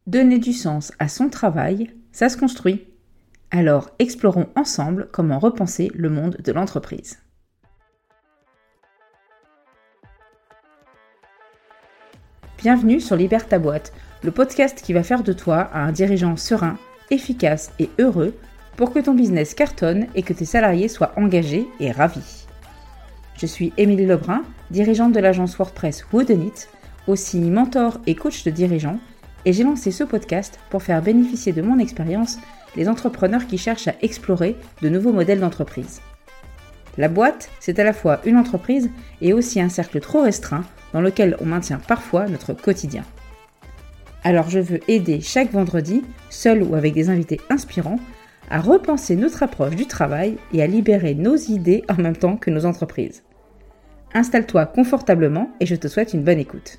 Donner du sens à son travail, ça se construit. Alors explorons ensemble comment repenser le monde de l'entreprise. Bienvenue sur Libère ta boîte, le podcast qui va faire de toi un dirigeant serein, efficace et heureux pour que ton business cartonne et que tes salariés soient engagés et ravis. Je suis Émilie Lebrun, dirigeante de l'agence WordPress Woodenit, aussi mentor et coach de dirigeants, et j'ai lancé ce podcast pour faire bénéficier de mon expérience les entrepreneurs qui cherchent à explorer de nouveaux modèles d'entreprise. La boîte, c'est à la fois une entreprise et aussi un cercle trop restreint dans lequel on maintient parfois notre quotidien. Alors je veux aider chaque vendredi, seul ou avec des invités inspirants, à repenser notre approche du travail et à libérer nos idées en même temps que nos entreprises. Installe-toi confortablement et je te souhaite une bonne écoute.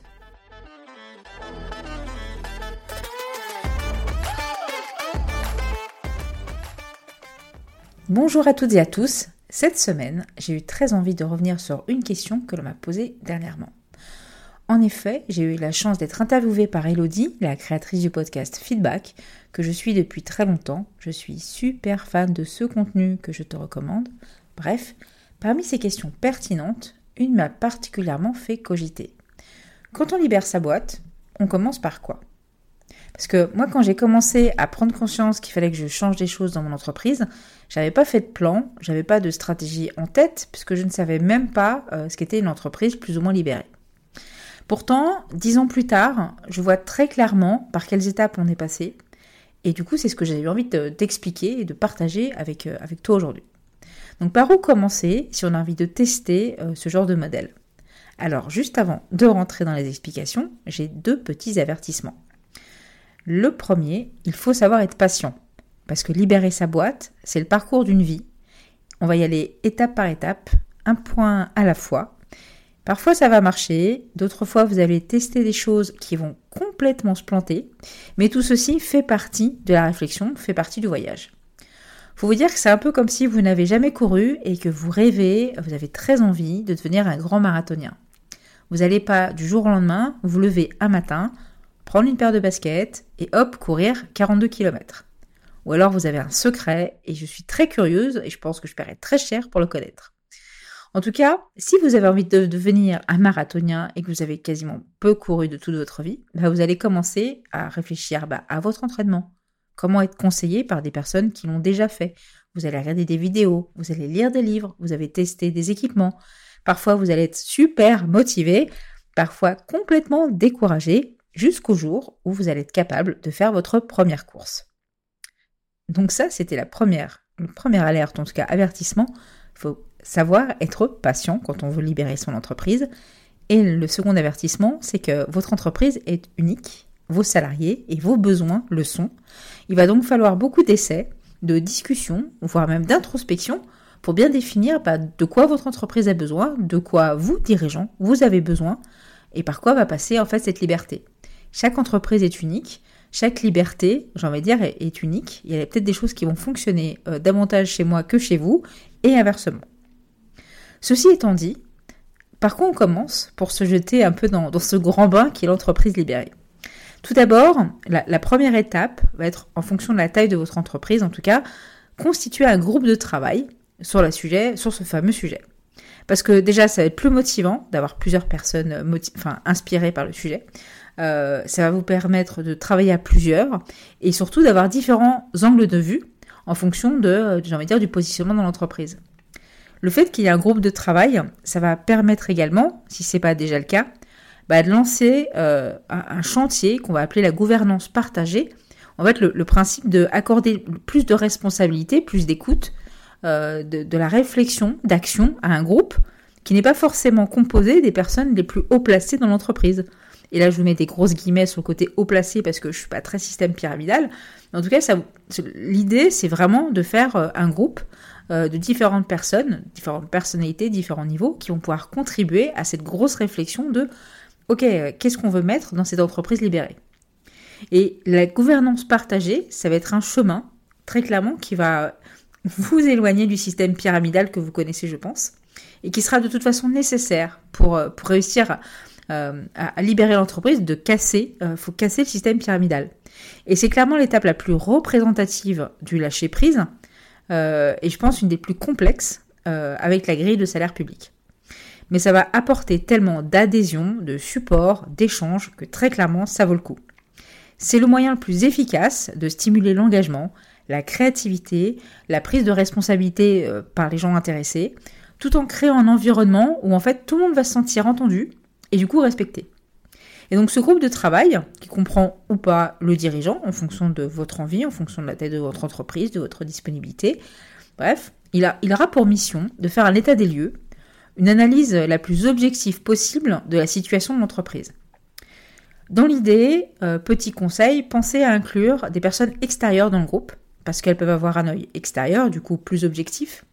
Bonjour à toutes et à tous. Cette semaine, j'ai eu très envie de revenir sur une question que l'on m'a posée dernièrement. En effet, j'ai eu la chance d'être interviewée par Elodie, la créatrice du podcast Feedback, que je suis depuis très longtemps. Je suis super fan de ce contenu que je te recommande. Bref, parmi ces questions pertinentes, une m'a particulièrement fait cogiter. Quand on libère sa boîte, on commence par quoi ? Parce que moi, quand j'ai commencé à prendre conscience qu'il fallait que je change des choses dans mon entreprise, j'avais pas fait de plan, j'avais pas de stratégie en tête, puisque je ne savais même pas ce qu'était une entreprise plus ou moins libérée. Pourtant, 10 ans plus tard, je vois très clairement par quelles étapes on est passé, et du coup, c'est ce que j'ai eu envie de t'expliquer et de partager avec toi aujourd'hui. Donc, par où commencer si on a envie de tester ce genre de modèle ? Alors, juste avant de rentrer dans les explications, j'ai 2 petits avertissements. Le premier, il faut savoir être patient, parce que libérer sa boîte, c'est le parcours d'une vie. On va y aller étape par étape, un point à la fois. Parfois ça va marcher, d'autres fois vous allez tester des choses qui vont complètement se planter, mais tout ceci fait partie de la réflexion, fait partie du voyage. Faut vous dire que c'est un peu comme si vous n'avez jamais couru et que vous rêvez, vous avez très envie de devenir un grand marathonien. Vous n'allez pas du jour au lendemain vous lever un matin, prendre une paire de baskets et hop, courir 42 km. Ou alors vous avez un secret et je suis très curieuse et je pense que je paierai très cher pour le connaître. En tout cas, si vous avez envie de devenir un marathonien et que vous avez quasiment peu couru de toute votre vie, vous allez commencer à réfléchir à votre entraînement. Comment être conseillé par des personnes qui l'ont déjà fait. Vous allez regarder des vidéos, vous allez lire des livres, vous avez testé des équipements. Parfois, vous allez être super motivé, parfois complètement découragé, jusqu'au jour où vous allez être capable de faire votre première course. Donc ça, c'était la première alerte, en tout cas avertissement. Il faut savoir être patient quand on veut libérer son entreprise. Et le second avertissement, c'est que votre entreprise est unique, vos salariés et vos besoins le sont. Il va donc falloir beaucoup d'essais, de discussions, voire même d'introspection pour bien définir de quoi votre entreprise a besoin, de quoi vous, dirigeants, vous avez besoin et par quoi va passer en fait cette liberté. Chaque entreprise est unique, chaque liberté, j'ai envie de dire, est unique. Il y a peut-être des choses qui vont fonctionner davantage chez moi que chez vous, et inversement. Ceci étant dit, par quoi on commence pour se jeter un peu dans ce grand bain qui est l'entreprise libérée ? Tout d'abord, la première étape va être, en fonction de la taille de votre entreprise, en tout cas, constituer un groupe de travail sur ce fameux sujet. Parce que déjà, ça va être plus motivant d'avoir plusieurs personnes inspirées par le sujet. Ça va vous permettre de travailler à plusieurs et surtout d'avoir différents angles de vue en fonction du positionnement dans l'entreprise. Le fait qu'il y ait un groupe de travail, ça va permettre également, si ce n'est pas déjà le cas, de lancer un chantier qu'on va appeler la gouvernance partagée. En fait, le principe d'accorder plus de responsabilité, plus d'écoute, de la réflexion, d'action à un groupe qui n'est pas forcément composé des personnes les plus haut placées dans l'entreprise. Et là, je vous mets des grosses guillemets sur le côté haut placé parce que je suis pas très système pyramidal. Mais en tout cas, l'idée, c'est vraiment de faire un groupe de différentes personnes, différentes personnalités, différents niveaux qui vont pouvoir contribuer à cette grosse réflexion de « Ok, qu'est-ce qu'on veut mettre dans cette entreprise libérée ?» Et la gouvernance partagée, ça va être un chemin, très clairement, qui va vous éloigner du système pyramidal que vous connaissez, je pense, et qui sera de toute façon nécessaire pour réussir à libérer l'entreprise, faut casser le système pyramidal. Et c'est clairement l'étape la plus représentative du lâcher-prise, et je pense une des plus complexes avec la grille de salaire public. Mais ça va apporter tellement d'adhésion, de support, d'échange, que très clairement, ça vaut le coup. C'est le moyen le plus efficace de stimuler l'engagement, la créativité, la prise de responsabilité par les gens intéressés, tout en créant un environnement où en fait tout le monde va se sentir entendu et du coup respecté. Et donc ce groupe de travail, qui comprend ou pas le dirigeant en fonction de votre envie, en fonction de la taille de votre entreprise, de votre disponibilité, bref, il aura pour mission de faire un état des lieux, une analyse la plus objective possible de la situation de l'entreprise. Dans l'idée, petit conseil, pensez à inclure des personnes extérieures dans le groupe, parce qu'elles peuvent avoir un œil extérieur, du coup plus objectif,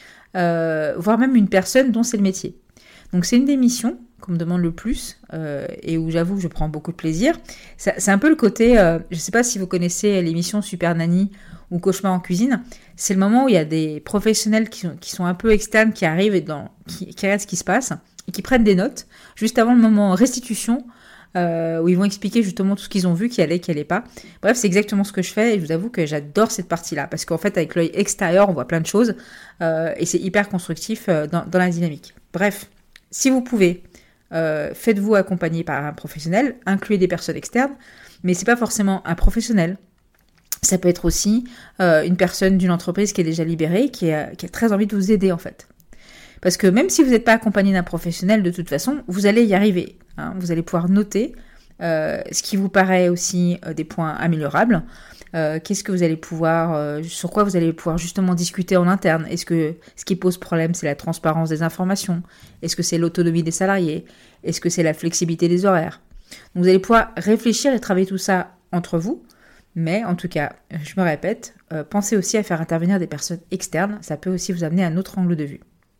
voire même une personne dont c'est le métier. Donc c'est une des missions qu'on me demande le plus, et où j'avoue que je prends beaucoup de plaisir. C'est un peu le côté, je ne sais pas si vous connaissez l'émission Super Nanny ou Cauchemar en cuisine, c'est le moment où il y a des professionnels qui sont un peu externes, qui arrivent et qui regardent ce qui se passe, et qui prennent des notes, juste avant le moment restitution, où ils vont expliquer justement tout ce qu'ils ont vu, qui allait pas. Bref, c'est exactement ce que je fais, et je vous avoue que j'adore cette partie-là, parce qu'en fait, avec l'œil extérieur, on voit plein de choses, et c'est hyper constructif dans la dynamique. Bref, si vous pouvez, faites-vous accompagner par un professionnel, incluez des personnes externes, mais c'est pas forcément un professionnel. Ça peut être aussi une personne d'une entreprise qui est déjà libérée, qui a très envie de vous aider en fait. Parce que même si vous n'êtes pas accompagné d'un professionnel, de toute façon, vous allez y arriver. Hein. Vous allez pouvoir noter ce qui vous paraît aussi des points améliorables. Qu'est-ce que vous allez pouvoir, sur quoi vous allez pouvoir justement discuter en interne. Est-ce que ce qui pose problème, c'est la transparence des informations? Est-ce que c'est l'autonomie des salariés? Est-ce que c'est la flexibilité des horaires? Donc vous allez pouvoir réfléchir et travailler tout ça entre vous. Mais en tout cas, je me répète, pensez aussi à faire intervenir des personnes externes. Ça peut aussi vous amener à un autre angle de vue.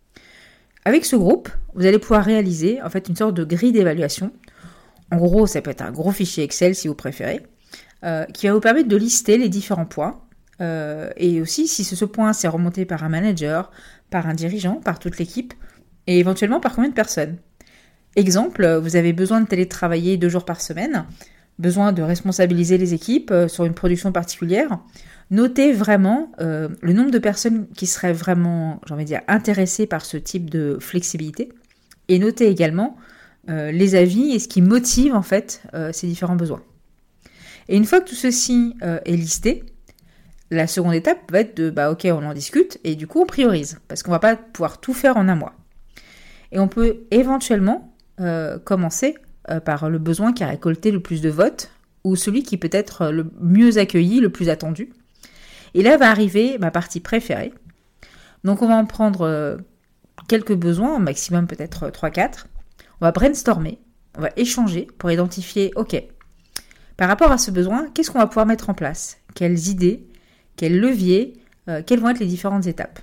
Avec ce groupe, vous allez pouvoir réaliser en fait une sorte de grille d'évaluation. En gros, ça peut être un gros fichier Excel si vous préférez, qui va vous permettre de lister les différents points. Et aussi, si ce point s'est remonté par un manager, par un dirigeant, par toute l'équipe, et éventuellement par combien de personnes. Exemple, vous avez besoin de télétravailler 2 jours par semaine, besoin de responsabiliser les équipes sur une production particulière. Notez vraiment le nombre de personnes qui seraient vraiment, j'ai envie de dire, intéressées par ce type de flexibilité. Et notez également les avis et ce qui motive en fait ces différents besoins. Et une fois que tout ceci est listé, la seconde étape va être de, ok, on en discute et du coup on priorise parce qu'on va pas pouvoir tout faire en un mois. Et on peut éventuellement commencer par le besoin qui a récolté le plus de votes ou celui qui peut être le mieux accueilli, le plus attendu. Et là va arriver ma partie préférée. Donc on va en prendre quelques besoins, au maximum peut-être 3-4. On va brainstormer, on va échanger pour identifier, ok, par rapport à ce besoin, qu'est-ce qu'on va pouvoir mettre en place? Quelles idées, quels leviers, quelles vont être les différentes étapes?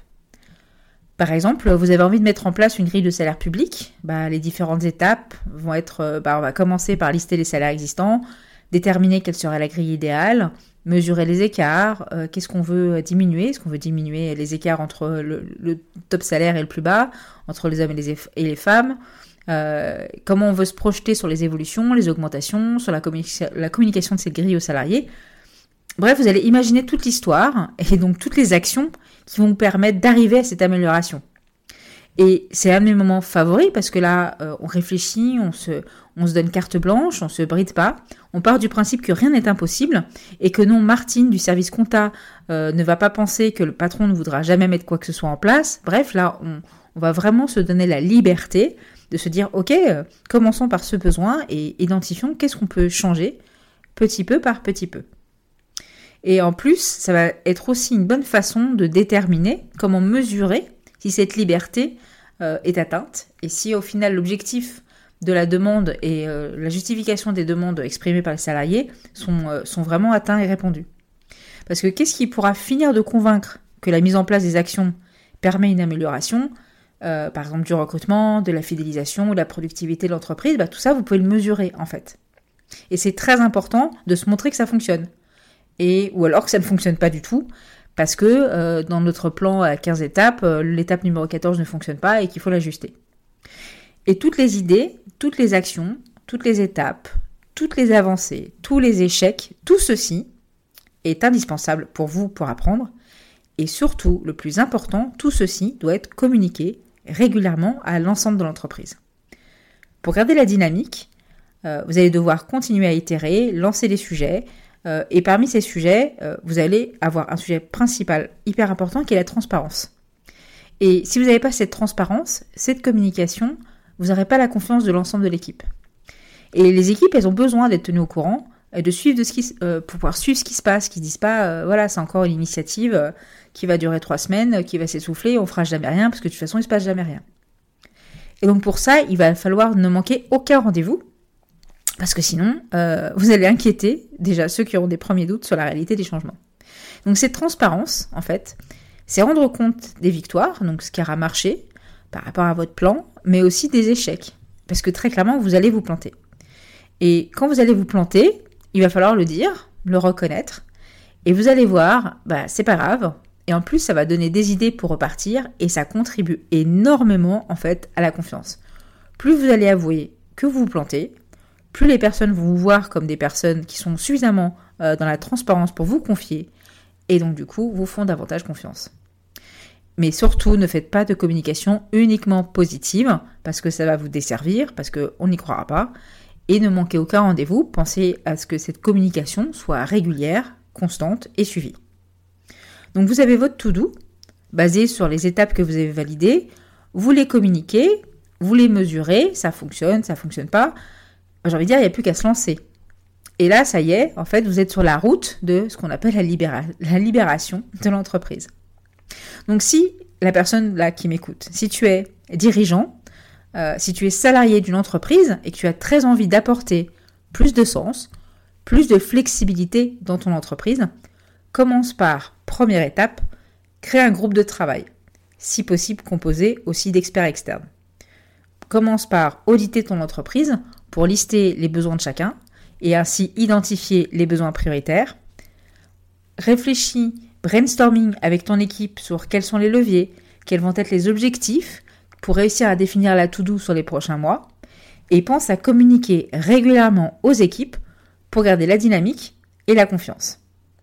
Par exemple, vous avez envie de mettre en place une grille de salaire public, les différentes étapes vont être, on va commencer par lister les salaires existants, déterminer quelle serait la grille idéale, mesurer les écarts, qu'est-ce qu'on veut diminuer, est-ce qu'on veut diminuer les écarts entre le top salaire et le plus bas, entre les hommes et les femmes, comment on veut se projeter sur les évolutions, les augmentations, sur la communication de cette grille aux salariés. Bref, vous allez imaginer toute l'histoire et donc toutes les actions qui vont vous permettre d'arriver à cette amélioration. Et c'est un de mes moments favoris parce que là, on réfléchit, on se donne carte blanche, on se bride pas. On part du principe que rien n'est impossible et que non, Martine du service compta ne va pas penser que le patron ne voudra jamais mettre quoi que ce soit en place. Bref, là, on va vraiment se donner la liberté de se dire, ok, commençons par ce besoin et identifions qu'est-ce qu'on peut changer petit peu par petit peu. Et en plus, ça va être aussi une bonne façon de déterminer comment mesurer si cette liberté est atteinte et si au final l'objectif de la demande et la justification des demandes exprimées par les salariés sont vraiment atteints et répondus. Parce que qu'est-ce qui pourra finir de convaincre que la mise en place des actions permet une amélioration, par exemple du recrutement, de la fidélisation ou de la productivité de l'entreprise, tout ça vous pouvez le mesurer en fait. Et c'est très important de se montrer que ça fonctionne. Ou alors que ça ne fonctionne pas du tout, parce que dans notre plan à 15 étapes, l'étape numéro 14 ne fonctionne pas et qu'il faut l'ajuster. Et toutes les idées, toutes les actions, toutes les étapes, toutes les avancées, tous les échecs, tout ceci est indispensable pour vous pour apprendre. Et surtout, le plus important, tout ceci doit être communiqué régulièrement à l'ensemble de l'entreprise. Pour garder la dynamique, vous allez devoir continuer à itérer, lancer des sujets, et parmi ces sujets, vous allez avoir un sujet principal hyper important qui est la transparence. Et si vous n'avez pas cette transparence, cette communication, vous n'aurez pas la confiance de l'ensemble de l'équipe. Et les équipes, elles ont besoin d'être tenues au courant, de suivre pour pouvoir suivre ce qui se passe, qu'ils disent pas, voilà, c'est encore une initiative qui va durer 3 semaines, qui va s'essouffler, on fera jamais rien, parce que de toute façon, il se passe jamais rien. Et donc pour ça, il va falloir ne manquer aucun rendez-vous, parce que sinon, vous allez inquiéter déjà ceux qui auront des premiers doutes sur la réalité des changements. Donc cette transparence, en fait, c'est rendre compte des victoires, donc ce qui aura marché par rapport à votre plan, mais aussi des échecs, parce que très clairement, vous allez vous planter. Et quand vous allez vous planter, il va falloir le dire, le reconnaître, et vous allez voir, c'est pas grave, et en plus ça va donner des idées pour repartir, et ça contribue énormément en fait à la confiance. Plus vous allez avouer que vous vous plantez, plus les personnes vont vous voir comme des personnes qui sont suffisamment dans la transparence pour vous confier, et donc du coup vous font davantage confiance. Mais surtout, ne faites pas de communication uniquement positive, parce que ça va vous desservir, parce qu'on n'y croira pas, et ne manquez aucun rendez-vous, pensez à ce que cette communication soit régulière, constante et suivie. Donc vous avez votre to-do, basé sur les étapes que vous avez validées, vous les communiquez, vous les mesurez, ça fonctionne pas, j'ai envie de dire, il n'y a plus qu'à se lancer. Et là, ça y est, en fait, vous êtes sur la route de ce qu'on appelle la libération de l'entreprise. Donc si la personne là qui m'écoute, si tu es dirigeant, si tu es salarié d'une entreprise et que tu as très envie d'apporter plus de sens, plus de flexibilité dans ton entreprise, commence par, première étape, créer un groupe de travail, si possible composé aussi d'experts externes. Commence par auditer ton entreprise pour lister les besoins de chacun et ainsi identifier les besoins prioritaires. Réfléchis, brainstorming avec ton équipe sur quels sont les leviers, quels vont être les objectifs pour réussir à définir la to-do sur les prochains mois, et pense à communiquer régulièrement aux équipes pour garder la dynamique et la confiance.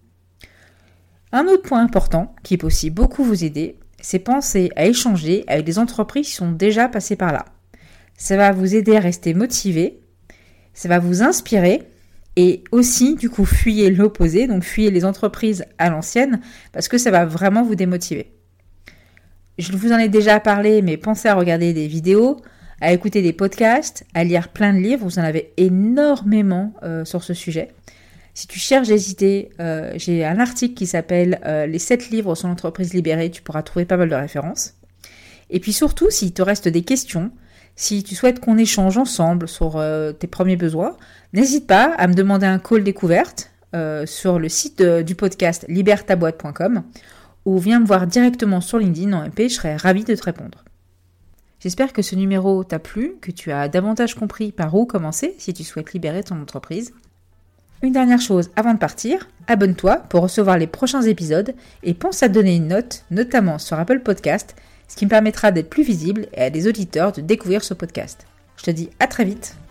Un autre point important qui peut aussi beaucoup vous aider, c'est penser à échanger avec des entreprises qui sont déjà passées par là. Ça va vous aider à rester motivé, ça va vous inspirer et aussi du coup fuyez l'opposé, donc fuyez les entreprises à l'ancienne parce que ça va vraiment vous démotiver. Je vous en ai déjà parlé, mais pensez à regarder des vidéos, à écouter des podcasts, à lire plein de livres. Vous en avez énormément sur ce sujet. Si tu cherches des idées, j'ai un article qui s'appelle « Les 7 livres sur l'entreprise libérée ». Tu pourras trouver pas mal de références. Et puis surtout, s'il te reste des questions, si tu souhaites qu'on échange ensemble sur tes premiers besoins, n'hésite pas à me demander un call découverte sur le site du podcast libertaboîte.com ou viens me voir directement sur LinkedIn en MP, je serai ravie de te répondre. J'espère que ce numéro t'a plu, que tu as davantage compris par où commencer si tu souhaites libérer ton entreprise. Une dernière chose avant de partir, abonne-toi pour recevoir les prochains épisodes et pense à donner une note, notamment sur Apple Podcast, ce qui me permettra d'être plus visible et à des auditeurs de découvrir ce podcast. Je te dis à très vite.